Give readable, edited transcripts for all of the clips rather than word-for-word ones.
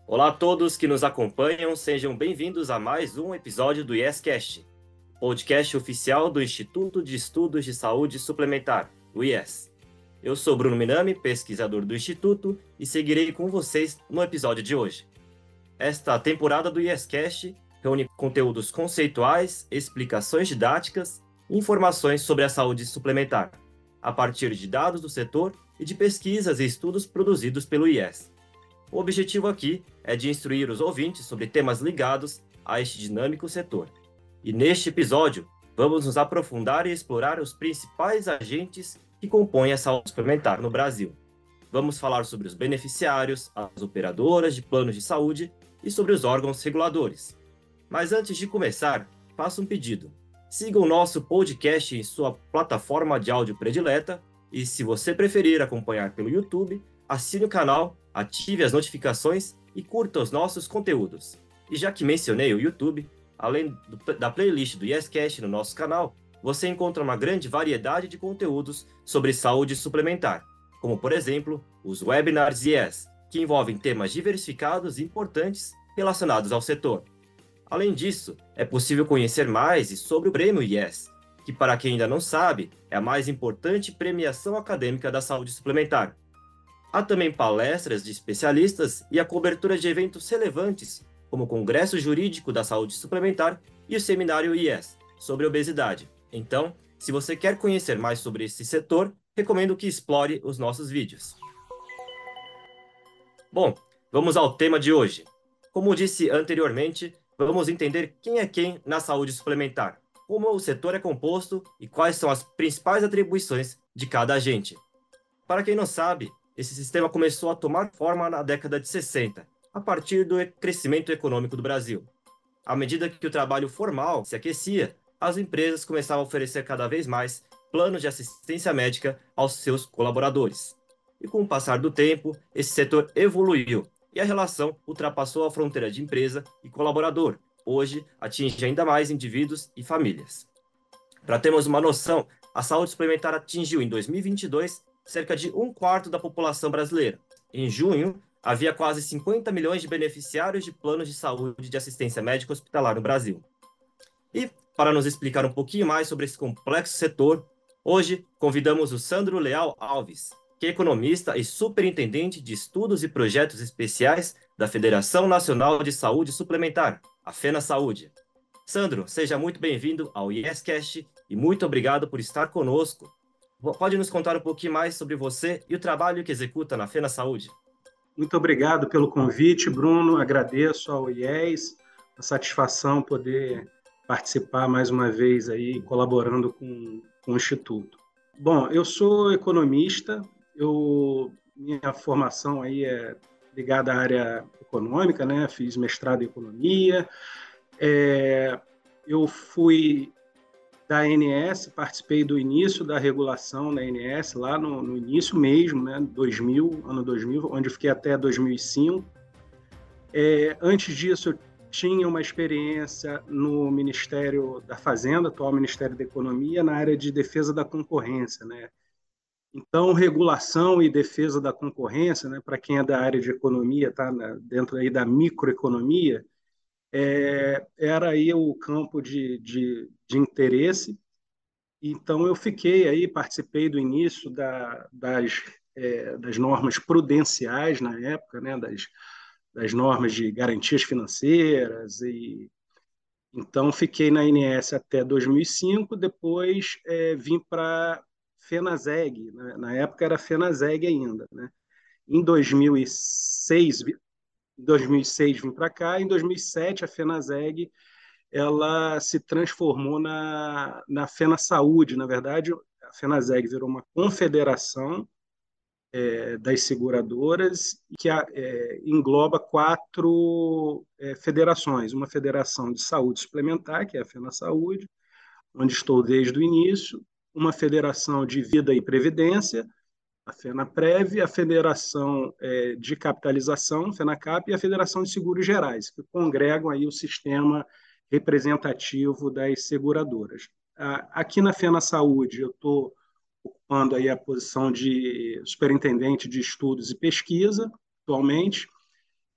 Olá a todos que nos acompanham, sejam bem-vindos a mais um episódio do IEScast, podcast oficial do Instituto de Estudos de Saúde Suplementar, o IES. Eu sou Bruno Minami, pesquisador do Instituto, e seguirei com vocês no episódio de hoje. Esta temporada do IEScast reúne conteúdos conceituais, explicações didáticas e informações sobre a saúde suplementar, a partir de dados do setor e de pesquisas e estudos produzidos pelo IES. O objetivo aqui é de instruir os ouvintes sobre temas ligados a este dinâmico setor. E neste episódio, vamos nos aprofundar e explorar os principais agentes que compõem a saúde suplementar no Brasil. Vamos falar sobre os beneficiários, as operadoras de planos de saúde e sobre os órgãos reguladores. Mas antes de começar, faço um pedido. Siga o nosso podcast em sua plataforma de áudio predileta e, se você preferir acompanhar pelo YouTube, assine o canal, ative as notificações e curta os nossos conteúdos. E já que mencionei o YouTube, além da playlist do IEScast no nosso canal, você encontra uma grande variedade de conteúdos sobre saúde suplementar, como, por exemplo, os webinars IES, que envolvem temas diversificados e importantes relacionados ao setor. Além disso, é possível conhecer mais sobre o Prêmio IES, que, para quem ainda não sabe, é a mais importante premiação acadêmica da saúde suplementar. Há também palestras de especialistas e a cobertura de eventos relevantes, como o Congresso Jurídico da Saúde Suplementar e o Seminário IES, sobre obesidade. Então, se você quer conhecer mais sobre esse setor, recomendo que explore os nossos vídeos. Bom, vamos ao tema de hoje. Como disse anteriormente, vamos entender quem é quem na saúde suplementar, como o setor é composto e quais são as principais atribuições de cada agente. Para quem não sabe, esse sistema começou a tomar forma na década de 60, a partir do crescimento econômico do Brasil. À medida que o trabalho formal se aquecia, as empresas começavam a oferecer cada vez mais planos de assistência médica aos seus colaboradores. E com o passar do tempo, esse setor evoluiu e a relação ultrapassou a fronteira de empresa e colaborador. Hoje, atinge ainda mais indivíduos e famílias. Para termos uma noção, a saúde suplementar atingiu em 2022 cerca de um quarto da população brasileira. Em junho, havia quase 50 milhões de beneficiários de planos de saúde de assistência médica hospitalar no Brasil. E, para nos explicar um pouquinho mais sobre esse complexo setor, hoje convidamos o Sandro Leal Alves, que é economista e superintendente de estudos e projetos especiais da Federação Nacional de Saúde Suplementar, a FenaSaúde. Sandro, seja muito bem-vindo ao IEScast e muito obrigado por estar conosco. Pode nos contar um pouquinho mais sobre você e o trabalho que executa na FenaSaúde? Muito obrigado pelo convite, Bruno. Agradeço ao IES, a satisfação poder participar mais uma vez aí, colaborando com o Instituto. Bom, eu sou economista, minha formação aí é ligada à área econômica, né? Fiz mestrado em economia, eu fui da ANS, participei do início da regulação da ANS, lá no início mesmo, né, 2000, ano 2000, onde eu fiquei até 2005. Antes disso, eu tinha uma experiência no Ministério da Fazenda, atual Ministério da Economia, na área de defesa da concorrência, né? Então, regulação e defesa da concorrência, né, para quem é da área de economia, tá, dentro aí da microeconomia, era aí o campo de interesse. Então, eu fiquei aí, participei do início das normas prudenciais na época, né, das normas de garantias financeiras. Então, fiquei na ANS até 2005, depois vim para FenaSeg, né? Na época era FenaSeg ainda, né? Em 2006 vim para cá, em 2007 a FenaSeg ela se transformou na FenaSaúde. Na verdade, a FenaSeg virou uma confederação das seguradoras que engloba quatro federações. Uma federação de saúde suplementar, que é a FenaSaúde, onde estou desde o início, uma federação de vida e previdência, a FenaPrev, a Federação de Capitalização, FenaCap, e a Federação de Seguros Gerais, que congregam aí o sistema representativo das seguradoras. Aqui na FenaSaúde, eu estou ocupando aí a posição de superintendente de estudos e pesquisa, atualmente,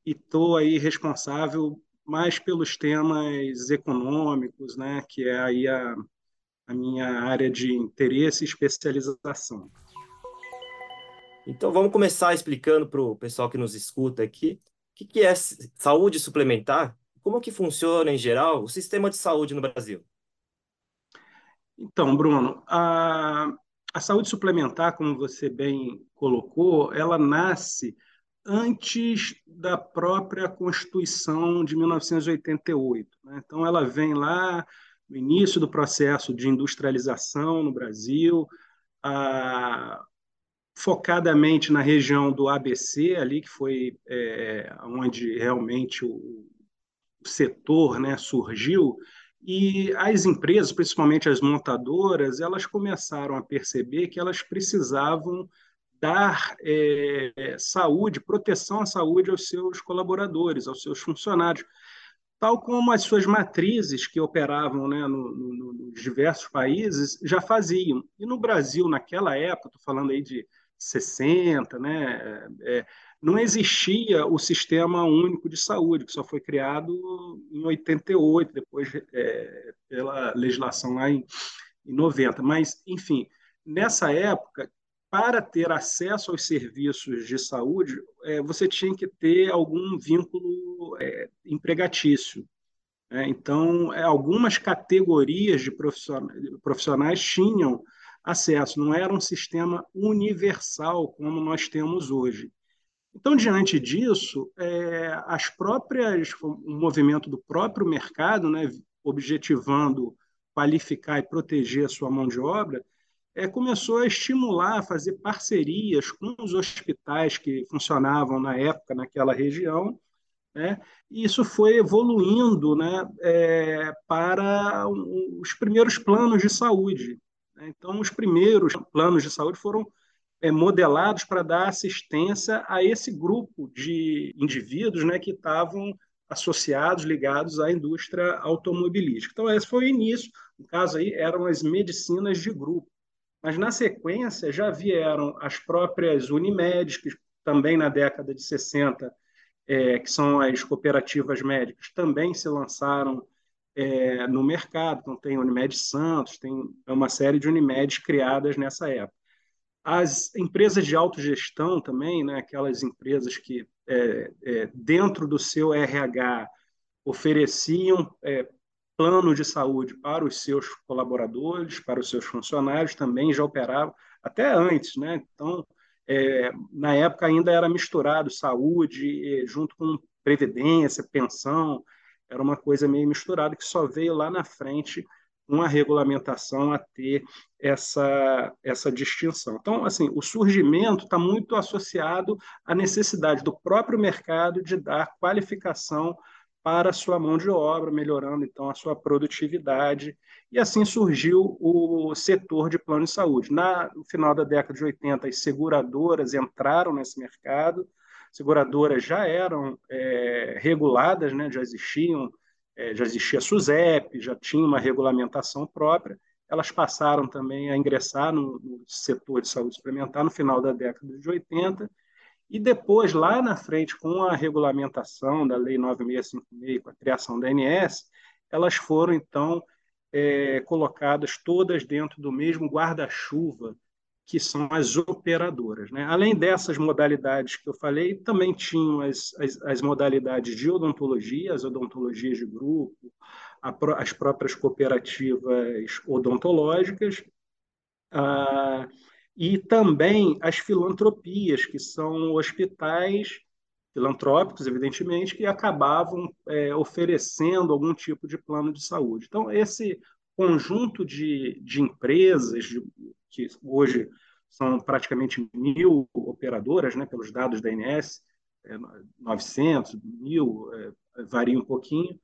e estou aí responsável mais pelos temas econômicos, né, que é aí a minha área de interesse e especialização. Então, vamos começar explicando para o pessoal que nos escuta aqui o que é saúde suplementar, como que funciona, em geral, o sistema de saúde no Brasil. Então, Bruno, a saúde suplementar, como você bem colocou, ela nasce antes da própria Constituição de 1988, né? Então, ela vem lá no início do processo de industrialização no Brasil, a, focadamente na região do ABC, ali que foi onde realmente o setor, né, surgiu, e as empresas, principalmente as montadoras, elas começaram a perceber que elas precisavam dar saúde, proteção à saúde aos seus colaboradores, aos seus funcionários, tal como as suas matrizes que operavam, né, nos diversos países já faziam. E no Brasil, naquela época, estou falando aí de 60, né, não existia o Sistema Único de Saúde, que só foi criado em 88, depois pela legislação lá em 90. Mas, enfim, nessa época, para ter acesso aos serviços de saúde, você tinha que ter algum vínculo empregatício. Então, algumas categorias de profissionais tinham acesso, não era um sistema universal como nós temos hoje. Então, diante disso, o movimento do próprio mercado, né, objetivando qualificar e proteger a sua mão de obra, começou a estimular, a fazer parcerias com os hospitais que funcionavam na época naquela região, né? E isso foi evoluindo, né, para os primeiros planos de saúde, né? Então, os primeiros planos de saúde foram modelados para dar assistência a esse grupo de indivíduos, né, que estavam associados, ligados à indústria automobilística. Então, esse foi o início. No caso aí, eram as medicinas de grupo. Mas, na sequência, já vieram as próprias Unimed, que também na década de 60, que são as cooperativas médicas, também se lançaram no mercado. Então, tem Unimed Santos, tem uma série de Unimedes criadas nessa época. As empresas de autogestão também, né, aquelas empresas que, dentro do seu RH, ofereciam plano de saúde para os seus colaboradores, para os seus funcionários, também já operavam, até antes, né? Então, na época ainda era misturado saúde junto com previdência, pensão, era uma coisa meio misturada que só veio lá na frente uma regulamentação a ter essa distinção. Então, assim, o surgimento está muito associado à necessidade do próprio mercado de dar qualificação para a sua mão de obra, melhorando então a sua produtividade. E assim surgiu o setor de plano de saúde. No final da década de 80, as seguradoras entraram nesse mercado, seguradoras já eram reguladas, né, já existia a SUSEP, já tinha uma regulamentação própria, elas passaram também a ingressar no setor de saúde suplementar no final da década de 80, e depois, lá na frente, com a regulamentação da Lei 9656, com a criação da ANS, elas foram, então, colocadas todas dentro do mesmo guarda-chuva, que são as operadoras, né? Além dessas modalidades que eu falei, também tinham as modalidades de odontologia, as odontologias de grupo, as próprias cooperativas odontológicas, ah, e também as filantropias, que são hospitais filantrópicos, evidentemente, que acabavam oferecendo algum tipo de plano de saúde. Então, esse conjunto de empresas, que hoje são praticamente 1.000 operadoras, né, pelos dados da ANS, 900, 1.000, varia um pouquinho,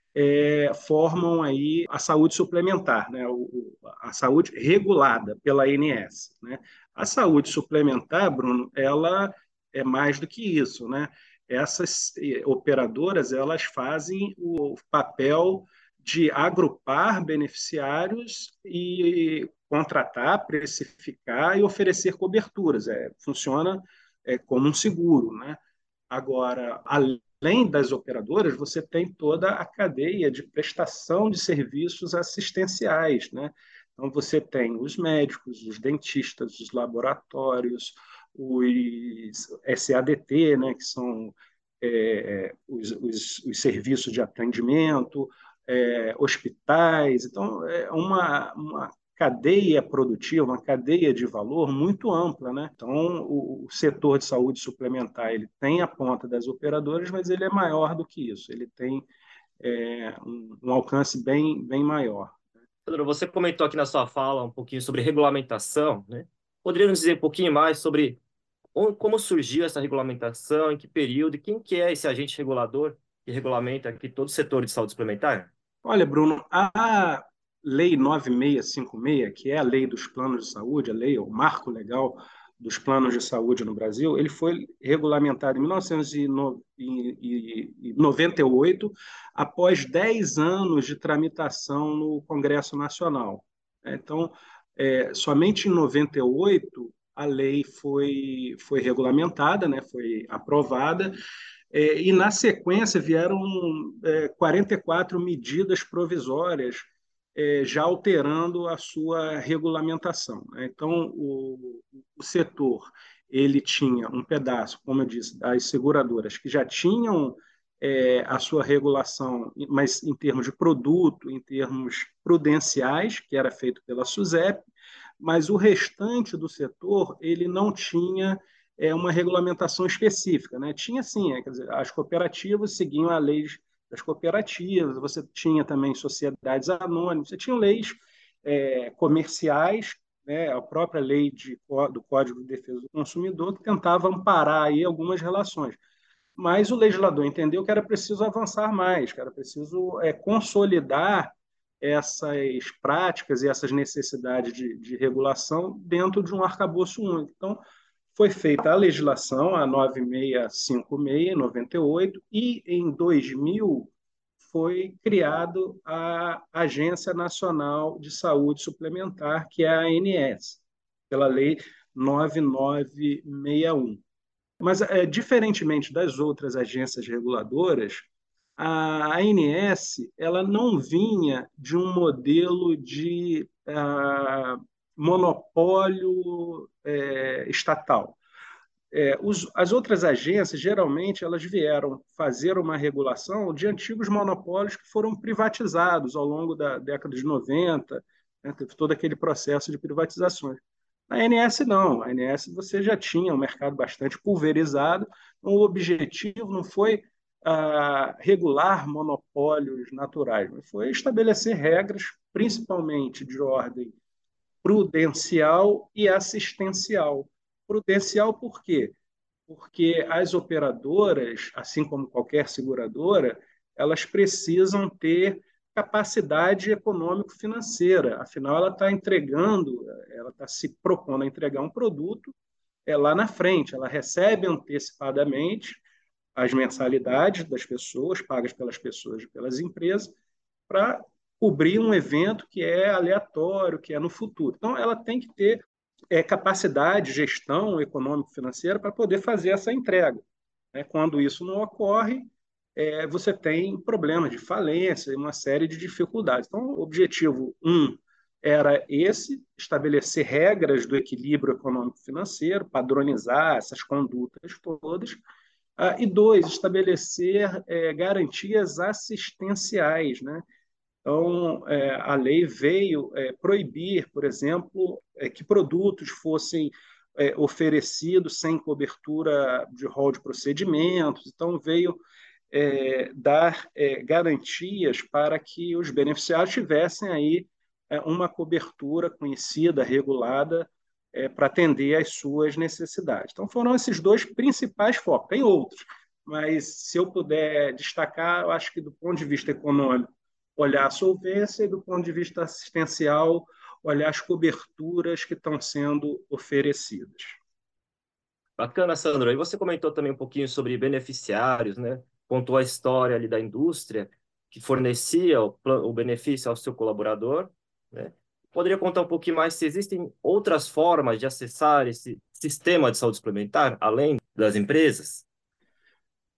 formam aí a saúde suplementar, né? A saúde regulada pela ANS, né? A saúde suplementar, Bruno, ela é mais do que isso, né? Essas operadoras, elas fazem o papel de agrupar beneficiários e contratar, precificar e oferecer coberturas. Funciona como um seguro, né? Agora, além Além das operadoras, você tem toda a cadeia de prestação de serviços assistenciais, né? Então, você tem os médicos, os dentistas, os laboratórios, os SADT, né, que são os serviços de atendimento, hospitais. Então, é uma cadeia produtiva, uma cadeia de valor muito ampla, né? Então, o setor de saúde suplementar ele tem a ponta das operadoras, mas ele é maior do que isso. Ele tem um alcance bem maior. Sandro, você comentou aqui na sua fala um pouquinho sobre regulamentação, né? Poderia nos dizer um pouquinho mais sobre como surgiu essa regulamentação, em que período, e quem que é esse agente regulador que regulamenta aqui todo o setor de saúde suplementar? Olha, Bruno, a Lei 9656, que é a lei dos planos de saúde, a lei, o marco legal dos planos de saúde no Brasil, ele foi regulamentado em 1998, após 10 anos de tramitação no Congresso Nacional. Então, somente em 98 a lei foi regulamentada, né, foi aprovada, e, na sequência, vieram 44 medidas provisórias, já alterando a sua regulamentação, né? Então, o setor ele tinha um pedaço, como eu disse, das seguradoras que já tinham a sua regulação, mas em termos de produto, em termos prudenciais, que era feito pela SUSEP, mas o restante do setor ele não tinha uma regulamentação específica, né? Tinha sim, quer dizer, as cooperativas seguiam a lei das cooperativas, você tinha também sociedades anônimas, você tinha leis comerciais, né? A própria lei do Código de Defesa do Consumidor que tentava amparar aí algumas relações. Mas o legislador entendeu que era preciso avançar mais, que era preciso consolidar essas práticas e essas necessidades de regulação dentro de um arcabouço único. Então, foi feita a legislação, a 9656, em 98, e em 2000 foi criado a Agência Nacional de Saúde Suplementar, que é a ANS, pela Lei 9961. Mas, diferentemente das outras agências reguladoras, a ANS ela não vinha de um modelo de monopólio estatal. As outras agências, geralmente, elas vieram fazer uma regulação de antigos monopólios que foram privatizados ao longo da década de 90, né? Teve todo aquele processo de privatizações. A ANS não, a ANS você já tinha um mercado bastante pulverizado, então o objetivo não foi regular monopólios naturais, mas foi estabelecer regras, principalmente de ordem prudencial e assistencial. Prudencial por quê? Porque as operadoras, assim como qualquer seguradora, elas precisam ter capacidade econômico-financeira. Afinal, ela está entregando, ela está se propondo a entregar um produto lá na frente. Ela recebe antecipadamente as mensalidades das pessoas, pagas pelas pessoas e pelas empresas, para cobrir um evento que é aleatório, que é no futuro. Então, ela tem que ter capacidade, gestão econômico-financeira para poder fazer essa entrega. Né? Quando isso não ocorre, você tem problemas de falência e uma série de dificuldades. Então, o objetivo era esse, estabelecer regras do equilíbrio econômico-financeiro, padronizar essas condutas todas, e dois, estabelecer garantias assistenciais, né? Então, a lei veio proibir, por exemplo, que produtos fossem oferecidos sem cobertura de rol de procedimentos. Então, veio dar garantias para que os beneficiários tivessem aí uma cobertura conhecida, regulada, para atender às suas necessidades. Então, foram esses dois principais focos. Tem outros, mas se eu puder destacar, eu acho que do ponto de vista econômico, olhar a solvência e do ponto de vista assistencial, olhar as coberturas que estão sendo oferecidas. Bacana, Sandro. E você comentou também um pouquinho sobre beneficiários, né? Contou a história ali da indústria que fornecia o benefício ao seu colaborador, né? Poderia contar um pouquinho mais se existem outras formas de acessar esse sistema de saúde suplementar, além das empresas?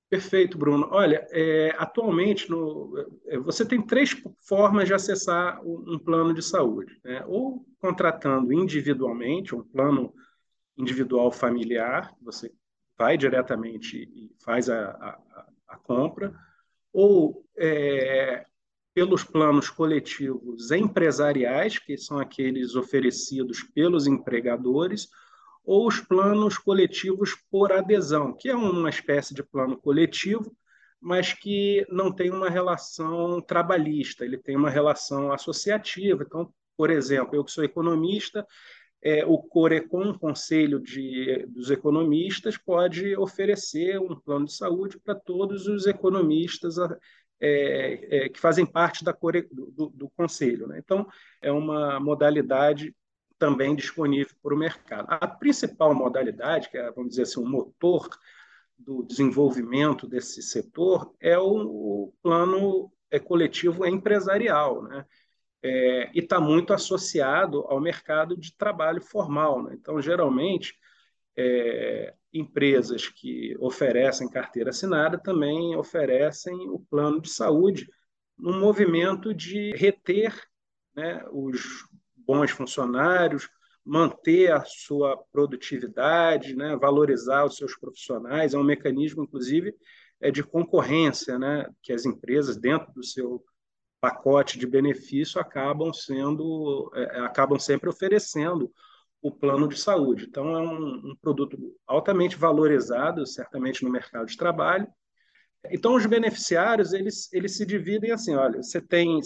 Perfeito, Bruno. Olha, atualmente você tem três formas de acessar um plano de saúde, né? Ou contratando individualmente, um plano individual familiar, você vai diretamente e faz a compra, ou pelos planos coletivos empresariais, que são aqueles oferecidos pelos empregadores, ou os planos coletivos por adesão, que é uma espécie de plano coletivo, mas que não tem uma relação trabalhista, ele tem uma relação associativa. Então, por exemplo, eu que sou economista, o Corecon, Conselho dos Economistas, pode oferecer um plano de saúde para todos os economistas que fazem parte do Conselho, né? Então, é uma modalidade também disponível para o mercado. A principal modalidade, que é, vamos dizer assim, o motor do desenvolvimento desse setor, é o plano coletivo empresarial, né? E está muito associado ao mercado de trabalho formal, né? Então, geralmente, empresas que oferecem carteira assinada também oferecem o plano de saúde num movimento de reter, né, os bons funcionários, manter a sua produtividade, né, valorizar os seus profissionais. É um mecanismo, inclusive, de concorrência, né, que as empresas, dentro do seu pacote de benefício, acabam sempre oferecendo o plano de saúde. Então, é um produto altamente valorizado, certamente, no mercado de trabalho. Então, os beneficiários, eles se dividem assim, olha, você tem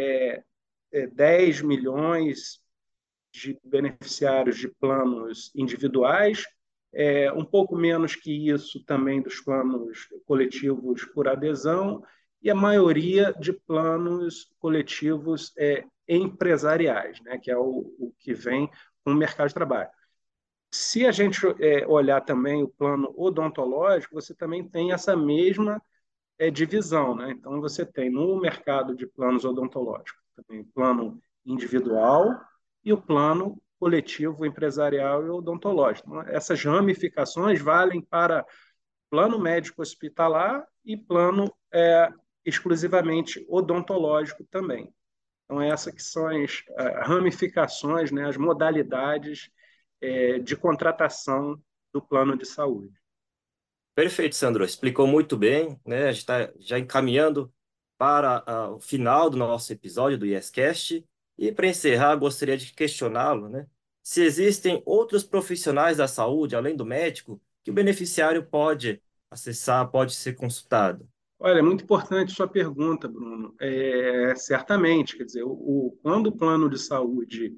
10 milhões de beneficiários de planos individuais, um pouco menos que isso também dos planos coletivos por adesão, e a maioria de planos coletivos empresariais, né, que é o que vem com o mercado de trabalho. Se a gente olhar também o plano odontológico, você também tem essa mesma divisão, né? Então, você tem no mercado de planos odontológicos também o plano individual e o plano coletivo empresarial e odontológico. Então, essas ramificações valem para plano médico hospitalar e plano exclusivamente odontológico também. Então, essas que são as ramificações, né, as modalidades de contratação do plano de saúde. Perfeito, Sandro. Explicou muito bem, né? A gente está já encaminhando para o final do nosso episódio do YesCast. E para encerrar, gostaria de questioná-lo, né? Se existem outros profissionais da saúde, além do médico, que o beneficiário pode acessar, pode ser consultado. Olha, é muito importante sua pergunta, Bruno. Certamente, quer dizer, quando o plano de saúde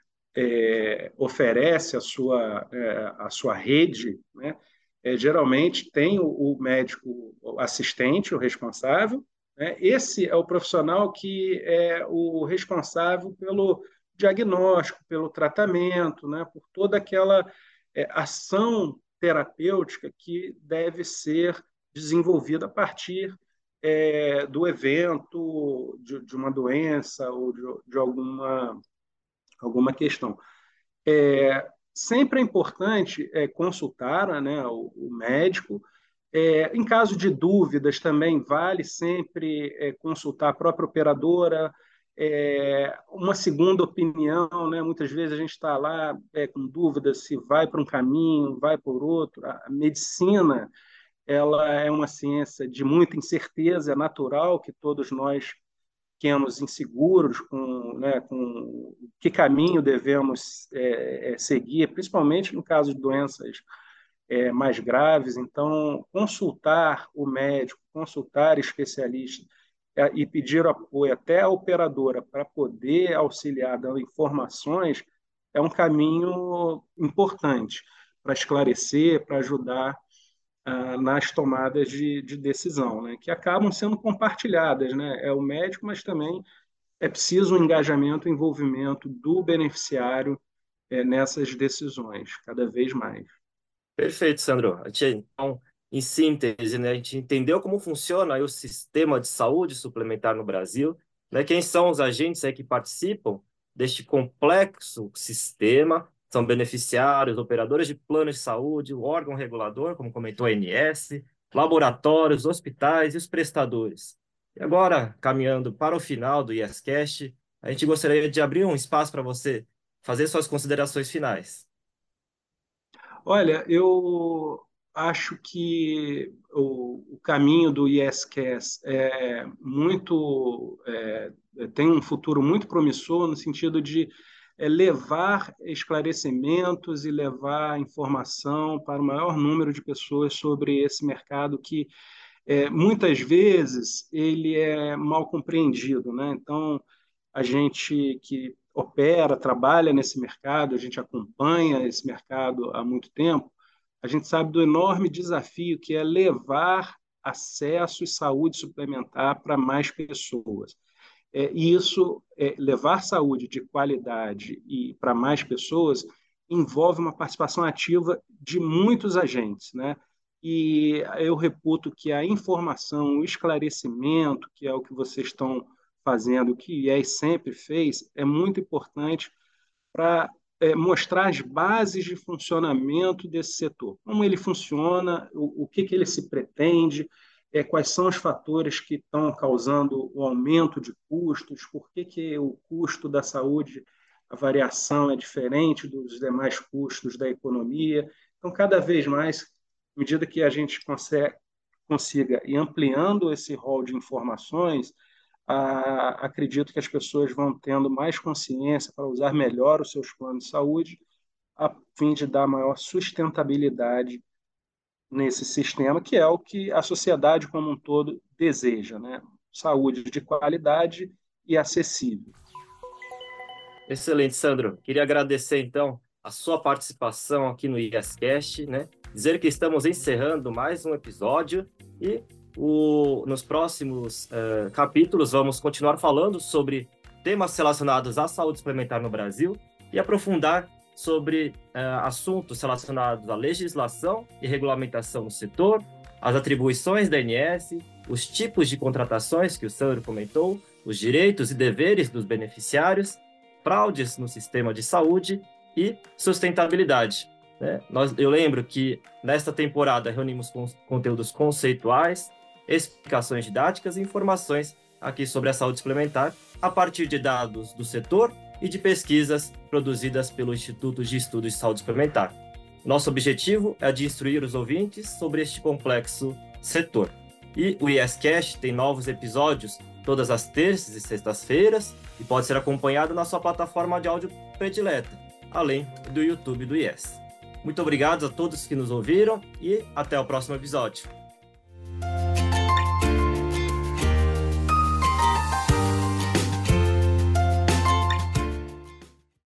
oferece a sua rede, né, geralmente tem o médico assistente, o responsável, né? Esse é o profissional que é o responsável pelo diagnóstico, pelo tratamento, né, por toda aquela ação terapêutica que deve ser desenvolvida a partir do evento, de uma doença ou de alguma questão. Sempre é importante consultar, né, o médico. Em caso de dúvidas, também vale sempre consultar a própria operadora, uma segunda opinião, né? Muitas vezes a gente está lá com dúvidas se vai para um caminho, vai por outro. A medicina, ela é uma ciência de muita incerteza, é natural que todos nós fiquemos inseguros com que caminho devemos seguir, principalmente no caso de doenças mais graves. Então, consultar o médico, consultar especialista e pedir apoio até à operadora para poder auxiliar dando informações é um caminho importante para esclarecer, para ajudar nas tomadas de decisão, né, que acabam sendo compartilhadas, né? É o médico, mas também é preciso um engajamento, um envolvimento do beneficiário nessas decisões, cada vez mais. Perfeito, Sandro. Então, em síntese, né, a gente entendeu como funciona aí o sistema de saúde suplementar no Brasil, né, quem são os agentes aí que participam deste complexo sistema, são beneficiários, operadores de planos de saúde, o órgão regulador, como comentou a ANS, laboratórios, hospitais e os prestadores. E agora, caminhando para o final do YesCast, a gente gostaria de abrir um espaço para você fazer suas considerações finais. Olha, eu acho que o caminho do YesCast tem um futuro muito promissor no sentido de levar esclarecimentos e levar informação para o maior número de pessoas sobre esse mercado que muitas vezes ele é mal compreendido, né? Então, a gente que opera, trabalha nesse mercado, a gente acompanha esse mercado há muito tempo, a gente sabe do enorme desafio que é levar acesso e saúde suplementar para mais pessoas. E isso, levar saúde de qualidade e para mais pessoas, envolve uma participação ativa de muitos agentes, né? E eu reputo que a informação, o esclarecimento, que é o que vocês estão fazendo, o que o IES sempre fez, é muito importante para mostrar as bases de funcionamento desse setor, como ele funciona, o que ele se pretende, quais são os fatores que estão causando o aumento de custos, por que o custo da saúde, a variação é diferente dos demais custos da economia. Então, cada vez mais, à medida que a gente consiga ir ampliando esse rol de informações, acredito que as pessoas vão tendo mais consciência para usar melhor os seus planos de saúde, a fim de dar maior sustentabilidade nesse sistema, que é o que a sociedade como um todo deseja, né? Saúde de qualidade e acessível. Excelente, Sandro. Queria agradecer, então, a sua participação aqui no YesCast, né? Dizer que estamos encerrando mais um episódio e nos próximos capítulos vamos continuar falando sobre temas relacionados à saúde suplementar no Brasil e aprofundar sobre assuntos relacionados à legislação e regulamentação no setor, as atribuições da ANS, os tipos de contratações que o Sandro comentou, os direitos e deveres dos beneficiários, fraudes no sistema de saúde e sustentabilidade. Eu lembro que nesta temporada reunimos conteúdos conceituais, explicações didáticas e informações aqui sobre a saúde suplementar a partir de dados do setor e de pesquisas produzidas pelo Instituto de Estudos de Saúde Suplementar. Nosso objetivo é de instruir os ouvintes sobre este complexo setor. E o YesCast tem novos episódios todas as terças e sextas-feiras e pode ser acompanhado na sua plataforma de áudio predileta, além do YouTube do Yes. Muito obrigado a todos que nos ouviram e até o próximo episódio.